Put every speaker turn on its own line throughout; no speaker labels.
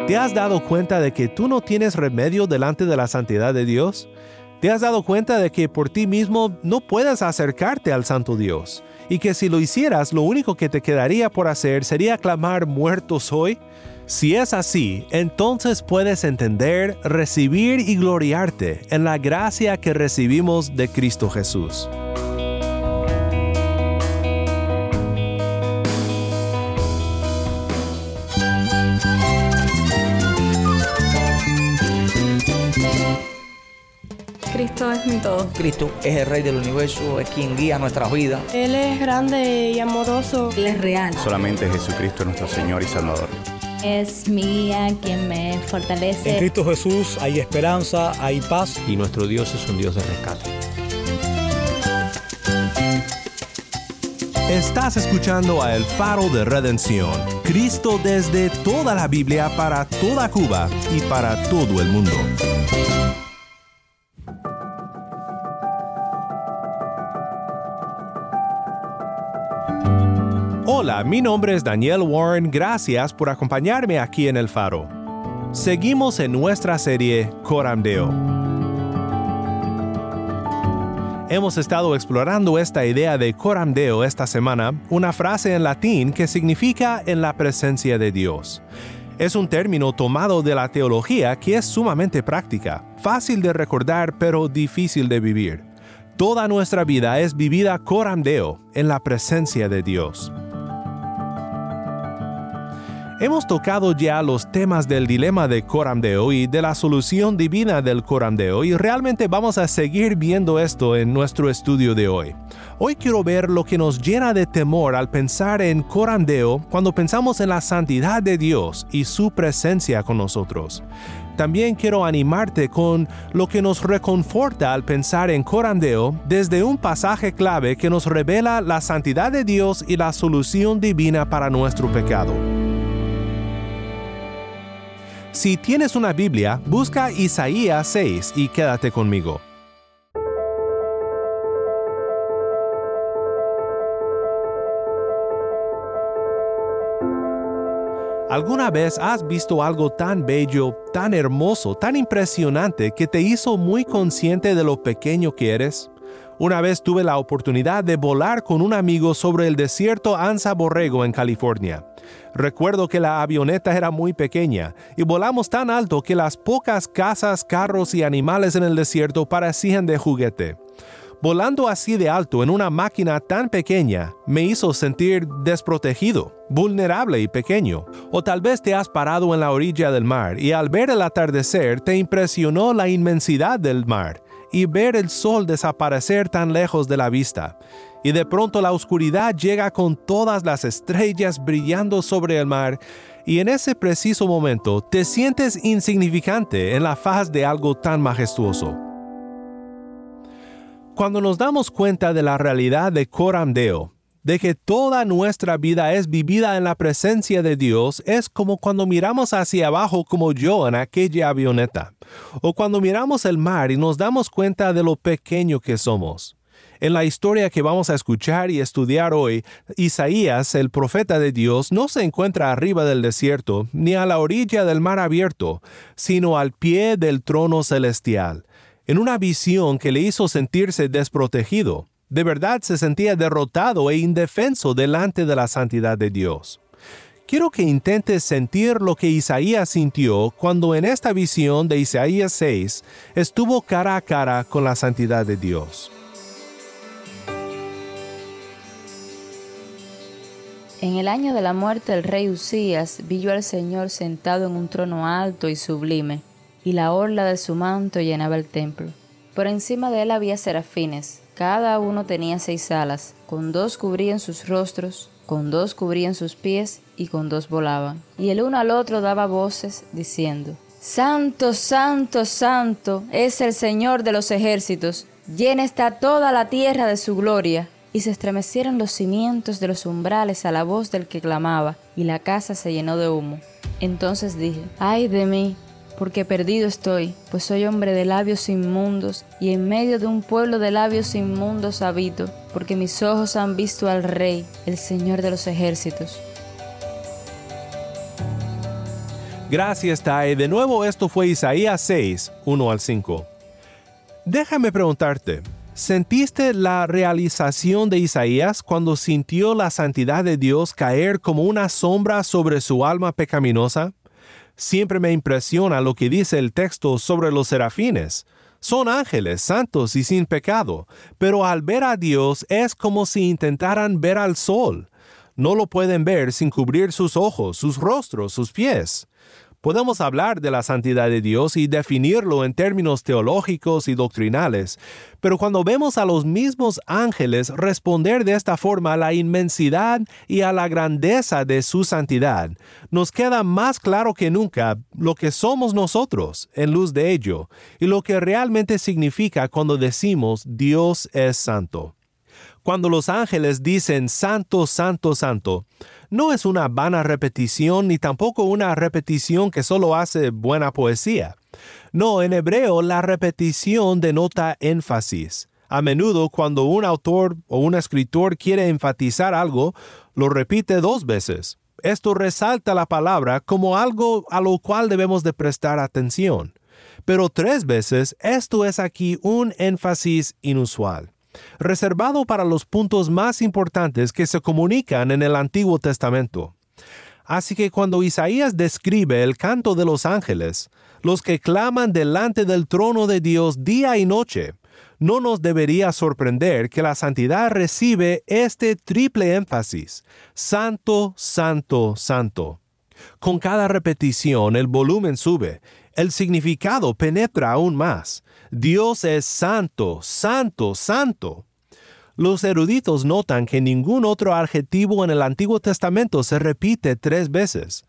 ¿Te has dado cuenta de que tú no tienes remedio delante de la santidad de Dios? ¿Te has dado cuenta de que por ti mismo no puedes acercarte al Santo Dios? Y que si lo hicieras, lo único que te quedaría por hacer sería clamar muerto soy. Si es así, entonces puedes entender, recibir y gloriarte en la gracia que recibimos de Cristo Jesús.
Cristo es mi todo.
Cristo es el Rey del universo, es quien guía nuestras vidas.
Él es grande y amoroso.
Él es real.
Solamente Jesucristo es nuestro Señor y Salvador.
Es mi guía quien me fortalece.
En Cristo Jesús hay esperanza, hay paz.
Y nuestro Dios es un Dios de rescate.
Estás escuchando a El Faro de Redención. Cristo desde toda la Biblia para toda Cuba y para todo el mundo. Hola, mi nombre es Daniel Warren. Gracias por acompañarme aquí en El Faro. Seguimos en nuestra serie Coram Deo. Hemos estado explorando esta idea de Coram Deo esta semana, una frase en latín que significa en la presencia de Dios. Es un término tomado de la teología que es sumamente práctica, fácil de recordar pero difícil de vivir. Toda nuestra vida es vivida Coram Deo, en la presencia de Dios. Hemos tocado ya los temas del dilema de Coram Deo y de la solución divina del Coram Deo y realmente vamos a seguir viendo esto en nuestro estudio de hoy. Hoy quiero ver lo que nos llena de temor al pensar en Coram Deo cuando pensamos en la santidad de Dios y su presencia con nosotros. También quiero animarte con lo que nos reconforta al pensar en Coram Deo desde un pasaje clave que nos revela la santidad de Dios y la solución divina para nuestro pecado. Si tienes una Biblia, busca Isaías 6 y quédate conmigo. ¿Alguna vez has visto algo tan bello, tan hermoso, tan impresionante que te hizo muy consciente de lo pequeño que eres? Una vez tuve la oportunidad de volar con un amigo sobre el desierto Anza Borrego en California. Recuerdo que la avioneta era muy pequeña y volamos tan alto que las pocas casas, carros y animales en el desierto parecían de juguete. Volando así de alto en una máquina tan pequeña me hizo sentir desprotegido, vulnerable y pequeño. O tal vez te has parado en la orilla del mar y al ver el atardecer te impresionó la inmensidad del mar y ver el sol desaparecer tan lejos de la vista. Y de pronto la oscuridad llega con todas las estrellas brillando sobre el mar y en ese preciso momento te sientes insignificante en la faz de algo tan majestuoso. Cuando nos damos cuenta de la realidad de Coram Deo, de que toda nuestra vida es vivida en la presencia de Dios, es como cuando miramos hacia abajo como yo en aquella avioneta, o cuando miramos el mar y nos damos cuenta de lo pequeño que somos. En la historia que vamos a escuchar y estudiar hoy, Isaías, el profeta de Dios, no se encuentra arriba del desierto, ni a la orilla del mar abierto, sino al pie del trono celestial, en una visión que le hizo sentirse desprotegido. De verdad se sentía derrotado e indefenso delante de la santidad de Dios. Quiero que intentes sentir lo que Isaías sintió cuando en esta visión de Isaías 6 estuvo cara a cara con la santidad de Dios.
En el año de la muerte del rey Uzías, vi yo al Señor sentado en un trono alto y sublime, y la orla de su manto llenaba el templo. Por encima de él había serafines, cada uno tenía 6 alas, con 2 cubrían sus rostros, con 2 cubrían sus pies, y con 2 volaban. Y el uno al otro daba voces, diciendo: Santo, santo, santo es el Señor de los ejércitos, llena está toda la tierra de su gloria. Y se estremecieron los cimientos de los umbrales a la voz del que clamaba, y la casa se llenó de humo. Entonces dije: ¡ay de mí! Porque perdido estoy, pues soy hombre de labios inmundos, y en medio de un pueblo de labios inmundos habito, porque mis ojos han visto al Rey, el Señor de los ejércitos.
Gracias, Tai. De nuevo, esto fue Isaías 6, 1 al 5. Déjame preguntarte, ¿sentiste la realización de Isaías cuando sintió la santidad de Dios caer como una sombra sobre su alma pecaminosa? Siempre me impresiona lo que dice el texto sobre los serafines. Son ángeles santos y sin pecado, pero al ver a Dios es como si intentaran ver al sol. No lo pueden ver sin cubrir sus ojos, sus rostros, sus pies. Podemos hablar de la santidad de Dios y definirlo en términos teológicos y doctrinales, pero cuando vemos a los mismos ángeles responder de esta forma a la inmensidad y a la grandeza de su santidad, nos queda más claro que nunca lo que somos nosotros en luz de ello y lo que realmente significa cuando decimos Dios es santo. Cuando los ángeles dicen santo, santo, santo, no es una vana repetición ni tampoco una repetición que solo hace buena poesía. No, en hebreo la repetición denota énfasis. A menudo cuando un autor o un escritor quiere enfatizar algo, lo repite 2 veces. Esto resalta la palabra como algo a lo cual debemos de prestar atención. Pero 3 veces, esto es aquí un énfasis inusual, reservado para los puntos más importantes que se comunican en el Antiguo Testamento. Así que cuando Isaías describe el canto de los ángeles, los que claman delante del trono de Dios día y noche, no nos debería sorprender que la santidad recibe este triple énfasis: santo, santo, santo. Con cada repetición el volumen sube, el significado penetra aún más. Dios es santo, santo, santo. Los eruditos notan que ningún otro adjetivo en el Antiguo Testamento se repite 3 veces.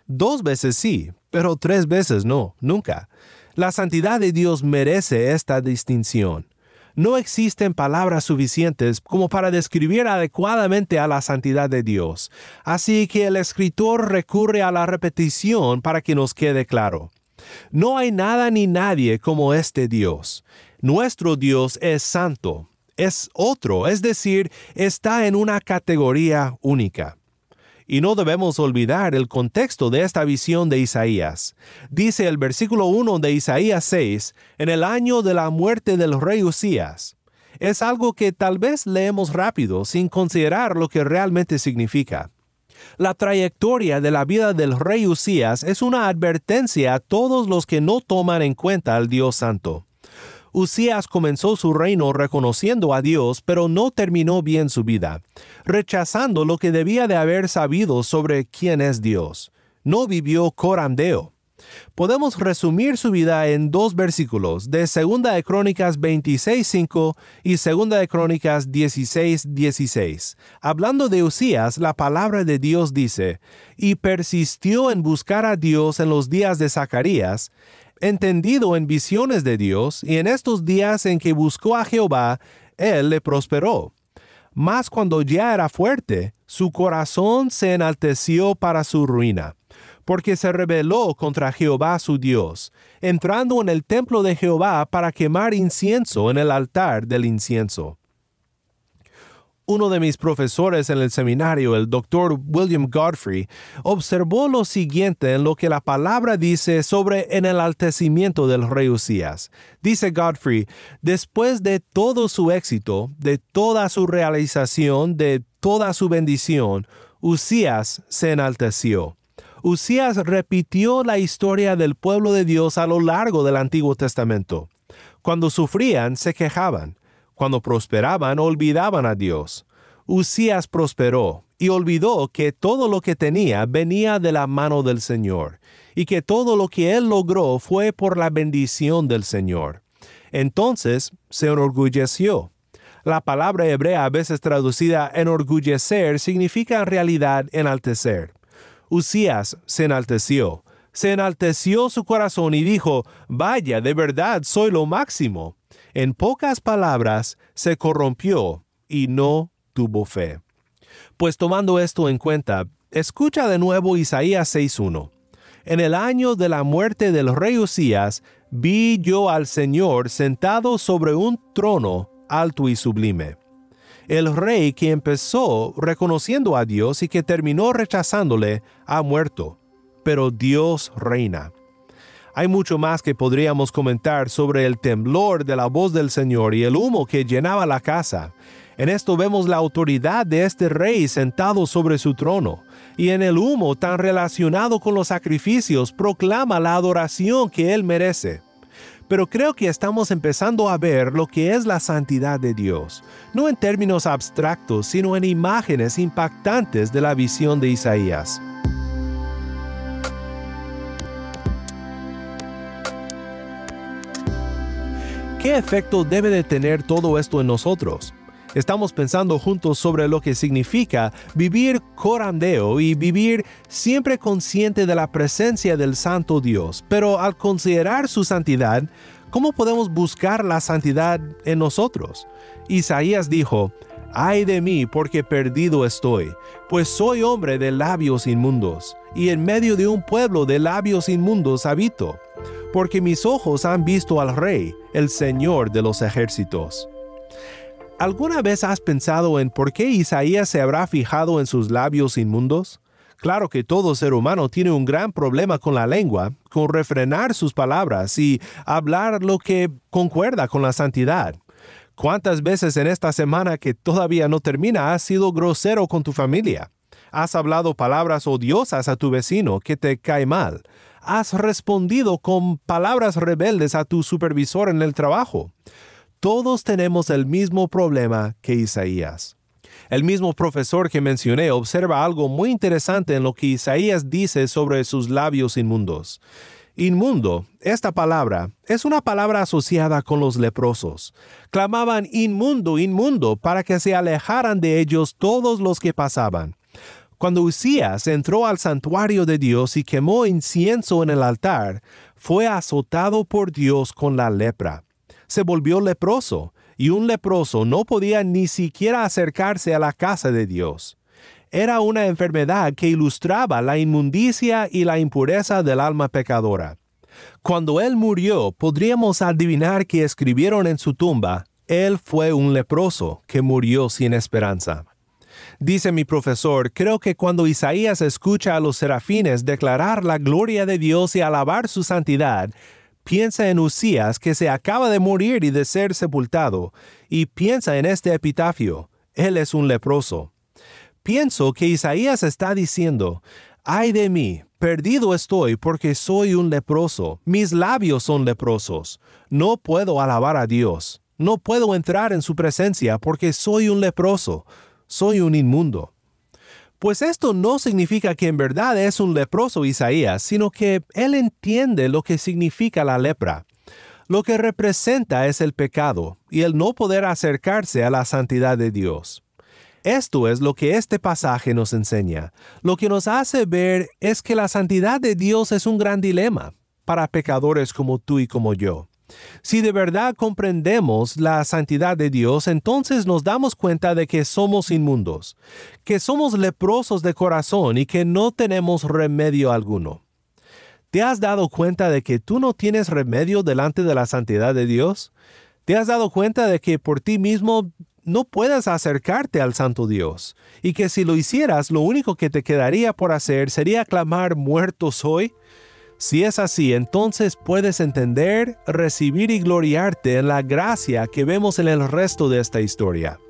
2 veces sí, pero 3 veces no, nunca. La santidad de Dios merece esta distinción. No existen palabras suficientes como para describir adecuadamente a la santidad de Dios, así que el escritor recurre a la repetición para que nos quede claro. No hay nada ni nadie como este Dios. Nuestro Dios es santo, es otro, es decir, está en una categoría única. Y no debemos olvidar el contexto de esta visión de Isaías. Dice el versículo 1 de Isaías 6, en el año de la muerte del rey Usías. Es algo que tal vez leemos rápido sin considerar lo que realmente significa. La trayectoria de la vida del rey Usías es una advertencia a todos los que no toman en cuenta al Dios Santo. Usías comenzó su reino reconociendo a Dios, pero no terminó bien su vida, rechazando lo que debía de haber sabido sobre quién es Dios. No vivió corandeo. Podemos resumir su vida en 2 versículos de 2 de Crónicas 26:5 y 2 de Crónicas 16:16. Hablando de Usías, la palabra de Dios dice: «Y persistió en buscar a Dios en los días de Zacarías, entendido en visiones de Dios, y en estos días en que buscó a Jehová, él le prosperó. Mas cuando ya era fuerte, su corazón se enalteció para su ruina, porque se rebeló contra Jehová su Dios, entrando en el templo de Jehová para quemar incienso en el altar del incienso». Uno de mis profesores en el seminario, el Dr. William Godfrey, observó lo siguiente en lo que la palabra dice sobre el enaltecimiento del rey Usías. Dice Godfrey: después de todo su éxito, de toda su realización, de toda su bendición, Usías se enalteció. Usías repitió la historia del pueblo de Dios a lo largo del Antiguo Testamento. Cuando sufrían, se quejaban. Cuando prosperaban, olvidaban a Dios. Usías prosperó y olvidó que todo lo que tenía venía de la mano del Señor, y que todo lo que él logró fue por la bendición del Señor. Entonces se enorgulleció. La palabra hebrea, a veces traducida enorgullecer, significa en realidad enaltecer. Usías se enalteció su corazón y dijo: «Vaya, de verdad soy lo máximo». En pocas palabras, se corrompió y no tuvo fe. Pues tomando esto en cuenta, escucha de nuevo Isaías 6:1. En el año de la muerte del rey Usías, vi yo al Señor sentado sobre un trono alto y sublime. El rey que empezó reconociendo a Dios y que terminó rechazándole, ha muerto. pero Dios reina. Hay mucho más que podríamos comentar sobre el temblor de la voz del Señor y el humo que llenaba la casa. En esto vemos la autoridad de este rey sentado sobre su trono, y en el humo tan relacionado con los sacrificios proclama la adoración que él merece. Pero creo que estamos empezando a ver lo que es la santidad de Dios, no en términos abstractos, sino en imágenes impactantes de la visión de Isaías. ¿Qué efecto debe de tener todo esto en nosotros? Estamos pensando juntos sobre lo que significa vivir corandeo y vivir siempre consciente de la presencia del Santo Dios. Pero al considerar su santidad, ¿cómo podemos buscar la santidad en nosotros? Isaías dijo: «Ay de mí, porque perdido estoy, pues soy hombre de labios inmundos, y en medio de un pueblo de labios inmundos habito, porque mis ojos han visto al Rey, el Señor de los ejércitos». ¿Alguna vez has pensado en por qué Isaías se habrá fijado en sus labios inmundos? Claro que todo ser humano tiene un gran problema con la lengua, con refrenar sus palabras y hablar lo que concuerda con la santidad. ¿Cuántas veces en esta semana que todavía no termina has sido grosero con tu familia? ¿Has hablado palabras odiosas a tu vecino que te cae mal? ¿Has respondido con palabras rebeldes a tu supervisor en el trabajo? Todos tenemos el mismo problema que Isaías. El mismo profesor que mencioné observa algo muy interesante en lo que Isaías dice sobre sus labios inmundos. Inmundo, esta palabra, es una palabra asociada con los leprosos. Clamaban inmundo, inmundo, para que se alejaran de ellos todos los que pasaban. Cuando Usías entró al santuario de Dios y quemó incienso en el altar, fue azotado por Dios con la lepra. Se volvió leproso, y un leproso no podía ni siquiera acercarse a la casa de Dios. Era una enfermedad que ilustraba la inmundicia y la impureza del alma pecadora. Cuando él murió, podríamos adivinar que escribieron en su tumba: «Él fue un leproso que murió sin esperanza». Dice mi profesor, creo que cuando Isaías escucha a los serafines declarar la gloria de Dios y alabar su santidad, piensa en Usías, que se acaba de morir y de ser sepultado, y piensa en este epitafio: «Él es un leproso». Pienso que Isaías está diciendo: «Ay de mí, perdido estoy porque soy un leproso, mis labios son leprosos, no puedo alabar a Dios, no puedo entrar en su presencia porque soy un leproso, soy un inmundo». Pues esto no significa que en verdad es un leproso Isaías, sino que él entiende lo que significa la lepra. Lo que representa es el pecado y el no poder acercarse a la santidad de Dios. Esto es lo que este pasaje nos enseña. Lo que nos hace ver es que la santidad de Dios es un gran dilema para pecadores como tú y como yo. Si de verdad comprendemos la santidad de Dios, entonces nos damos cuenta de que somos inmundos, que somos leprosos de corazón y que no tenemos remedio alguno. ¿Te has dado cuenta de que tú no tienes remedio delante de la santidad de Dios? ¿Te has dado cuenta de que por ti mismo no puedes acercarte al Santo Dios? Y que si lo hicieras, lo único que te quedaría por hacer sería clamar: «Muerto soy». Si es así, entonces puedes entender, recibir y gloriarte en la gracia que vemos en el resto de esta historia.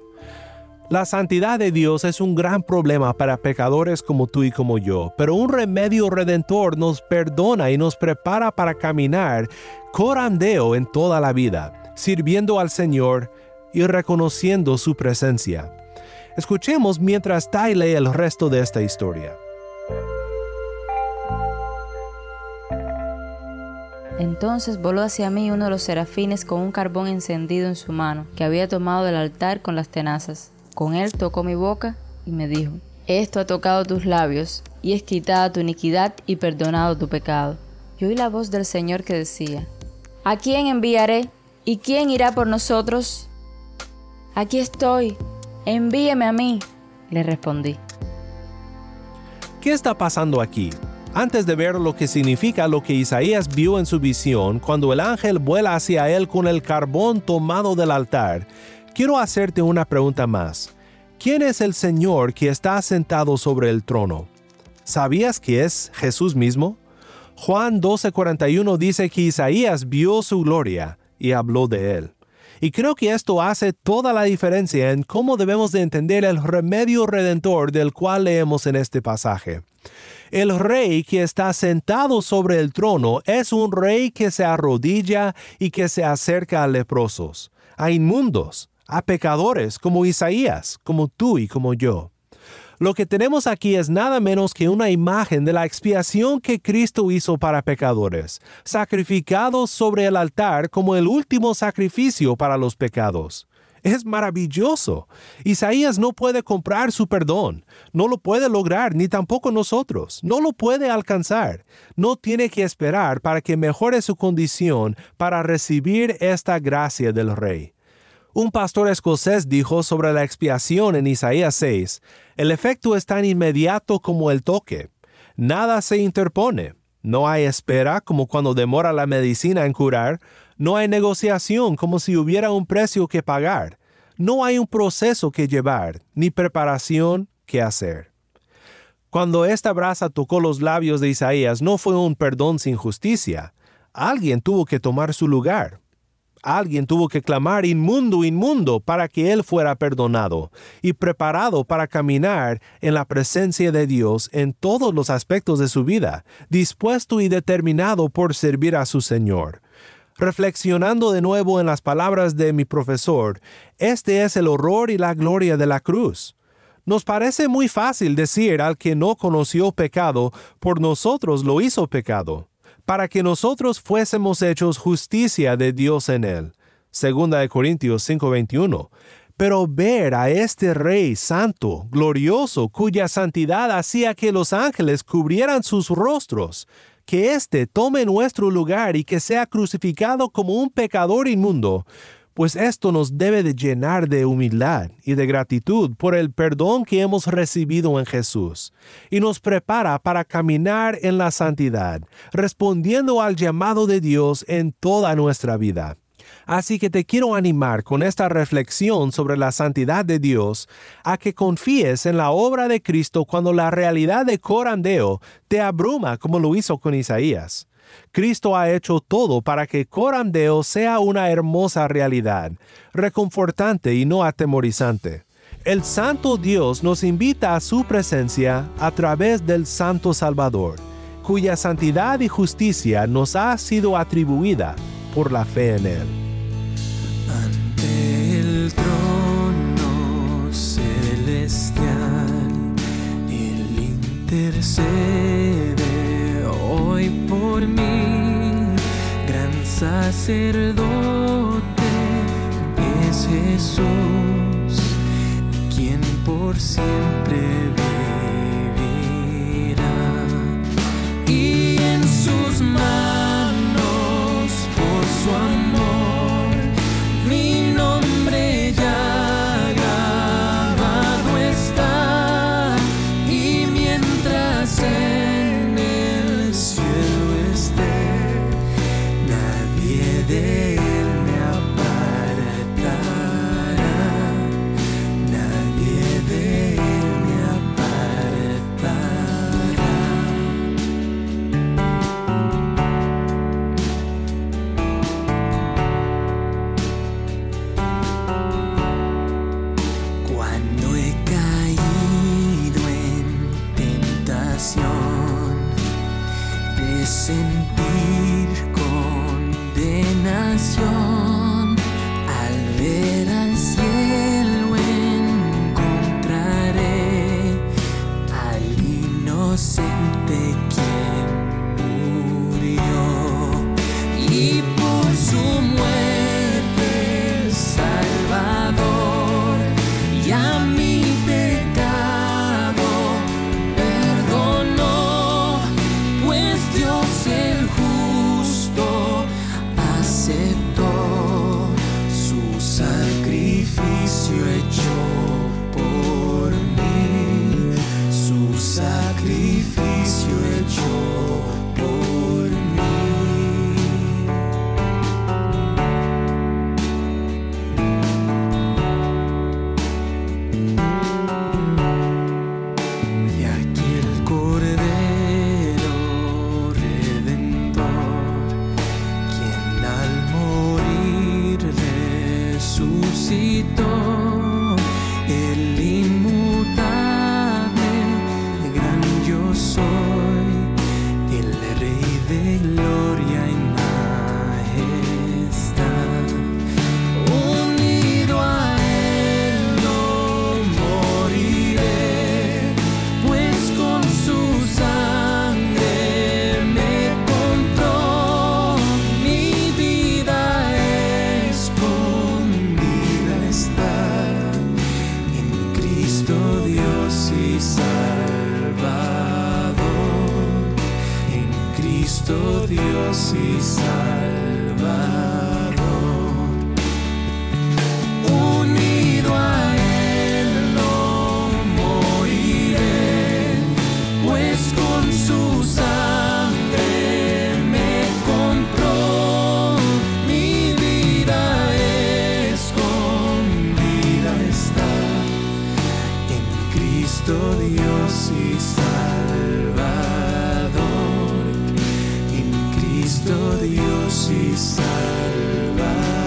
La santidad de Dios es un gran problema para pecadores como tú y como yo, pero un remedio redentor nos perdona y nos prepara para caminar corandeo en toda la vida, sirviendo al Señor y reconociendo su presencia. Escuchemos mientras Tai lee el resto de esta historia.
Entonces voló hacia mí uno de los serafines con un carbón encendido en su mano, que había tomado del altar con las tenazas. Con él tocó mi boca y me dijo: «Esto ha tocado tus labios, y es quitada tu iniquidad y perdonado tu pecado». Y oí la voz del Señor que decía: «¿A quién enviaré? ¿Y quién irá por nosotros? Aquí estoy, envíeme a mí», le respondí.
¿Qué está pasando aquí? Antes de ver lo que significa lo que Isaías vio en su visión cuando el ángel vuela hacia él con el carbón tomado del altar, quiero hacerte una pregunta más. ¿Quién es el Señor que está sentado sobre el trono? ¿Sabías que es Jesús mismo? Juan 12:41 dice que Isaías vio su gloria y habló de él. Y creo que esto hace toda la diferencia en cómo debemos de entender el remedio redentor del cual leemos en este pasaje. El rey que está sentado sobre el trono es un rey que se arrodilla y que se acerca a leprosos, a inmundos, a pecadores como Isaías, como tú y como yo. Lo que tenemos aquí es nada menos que una imagen de la expiación que Cristo hizo para pecadores, sacrificados sobre el altar como el último sacrificio para los pecados. Es maravilloso. Isaías no puede comprar su perdón, no lo puede lograr, ni tampoco nosotros, no lo puede alcanzar. No tiene que esperar para que mejore su condición para recibir esta gracia del Rey. Un pastor escocés dijo sobre la expiación en Isaías 6, el efecto es tan inmediato como el toque. Nada se interpone. No hay espera como cuando demora la medicina en curar. No hay negociación como si hubiera un precio que pagar. No hay un proceso que llevar, ni preparación que hacer. Cuando esta brasa tocó los labios de Isaías, no fue un perdón sin justicia. Alguien tuvo que tomar su lugar. Alguien tuvo que clamar inmundo, inmundo, para que él fuera perdonado y preparado para caminar en la presencia de Dios en todos los aspectos de su vida, dispuesto y determinado por servir a su Señor. Reflexionando de nuevo en las palabras de mi profesor, este es el horror y la gloria de la cruz. Nos parece muy fácil decir al que no conoció pecado, por nosotros lo hizo pecado, para que nosotros fuésemos hechos justicia de Dios en él. 2 Corintios 5:21. Pero ver a este Rey santo, glorioso, cuya santidad hacía que los ángeles cubrieran sus rostros, que éste tome nuestro lugar y que sea crucificado como un pecador inmundo, pues esto nos debe de llenar de humildad y de gratitud por el perdón que hemos recibido en Jesús, y nos prepara para caminar en la santidad, respondiendo al llamado de Dios en toda nuestra vida. Así que te quiero animar con esta reflexión sobre la santidad de Dios a que confíes en la obra de Cristo cuando la realidad de Corandeo te abruma como lo hizo con Isaías. Cristo ha hecho todo para que Corandeo sea una hermosa realidad, reconfortante y no atemorizante. El Santo Dios nos invita a su presencia a través del Santo Salvador, cuya santidad y justicia nos ha sido atribuida por la fe en Él.
Ante el trono celestial, Él intercede hoy por mí, gran sacerdote es Jesús, quien por siempre vivirá, y en sus manos por su amor mi nombre ya grabado está, y mientras en el cielo esté, nadie de él me apartará, nadie de él me apartará. Cuando he caído en tentación de sentir condenación, al ver al cielo encontraré al inocente quien murió, y por su muerte Salvador ya mi pecado perdonó, pues Dios el justo aceptó su sacrificio hecho por mí, su sacrificio hecho por mí. Y aquí el Cordero Cristo Dios y Salvador. Unido a Él no moriré, pues con su sangre me compró. Mi vida escondida está en Cristo Dios y Salvador, en Cristo Dios y Salvador.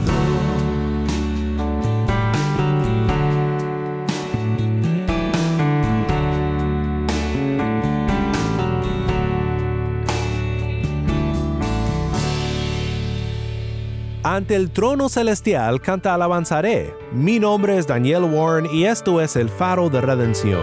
Ante el trono celestial canta alabanzaré. Mi nombre es Daniel Warren y esto es el Faro de Redención.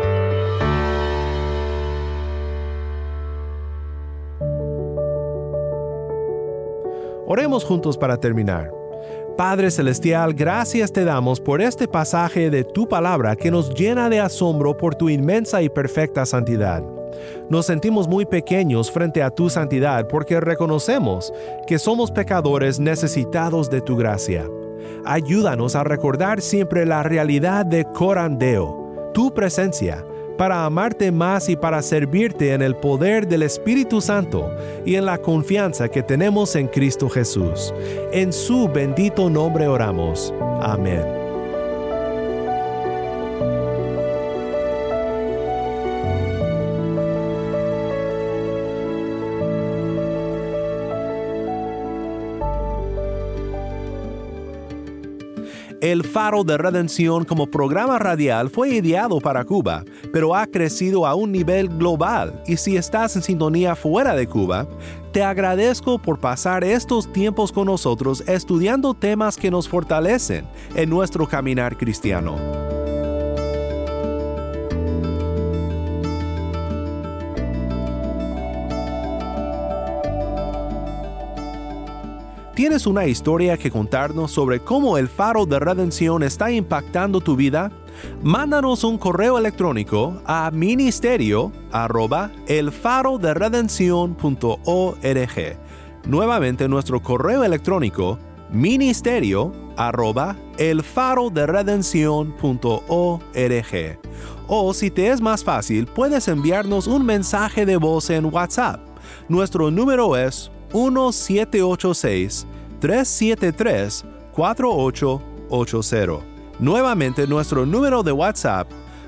Oremos juntos para terminar. Padre Celestial, gracias te damos por este pasaje de tu palabra que nos llena de asombro por tu inmensa y perfecta santidad. Nos sentimos muy pequeños frente a tu santidad porque reconocemos que somos pecadores necesitados de tu gracia. Ayúdanos a recordar siempre la realidad de Coram Deo, tu presencia, para amarte más y para servirte en el poder del Espíritu Santo y en la confianza que tenemos en Cristo Jesús. En su bendito nombre oramos. Amén. El Faro de Redención como programa radial fue ideado para Cuba, pero ha crecido a un nivel global y si estás en sintonía fuera de Cuba, te agradezco por pasar estos tiempos con nosotros estudiando temas que nos fortalecen en nuestro caminar cristiano. ¿Tienes una historia que contarnos sobre cómo el Faro de Redención está impactando tu vida? Mándanos un correo electrónico a ministerio@elfaroderedencion.org. Nuevamente nuestro correo electrónico ministerio@elfaroderedencion.org. O si te es más fácil, puedes enviarnos un mensaje de voz en WhatsApp. Nuestro número es 1-786-373-4880. Nuevamente nuestro número de WhatsApp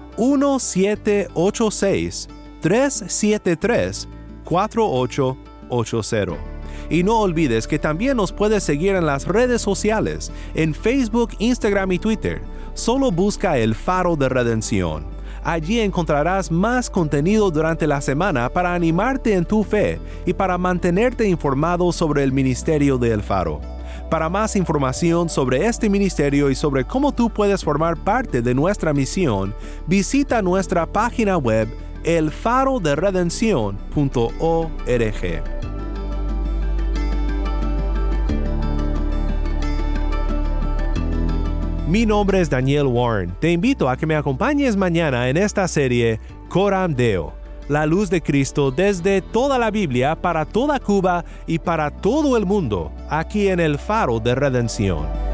1-786-373-4880. Y no olvides que también nos puedes seguir en las redes sociales, en Facebook, Instagram y Twitter. Solo busca el Faro de Redención. Allí encontrarás más contenido durante la semana para animarte en tu fe y para mantenerte informado sobre el ministerio de El Faro. Para más información sobre este ministerio y sobre cómo tú puedes formar parte de nuestra misión, visita nuestra página web elfaroderedencion.org. Mi nombre es Daniel Warren. Te invito a que me acompañes mañana en esta serie Coram Deo, la luz de Cristo desde toda la Biblia para toda Cuba y para todo el mundo, aquí en el Faro de Redención.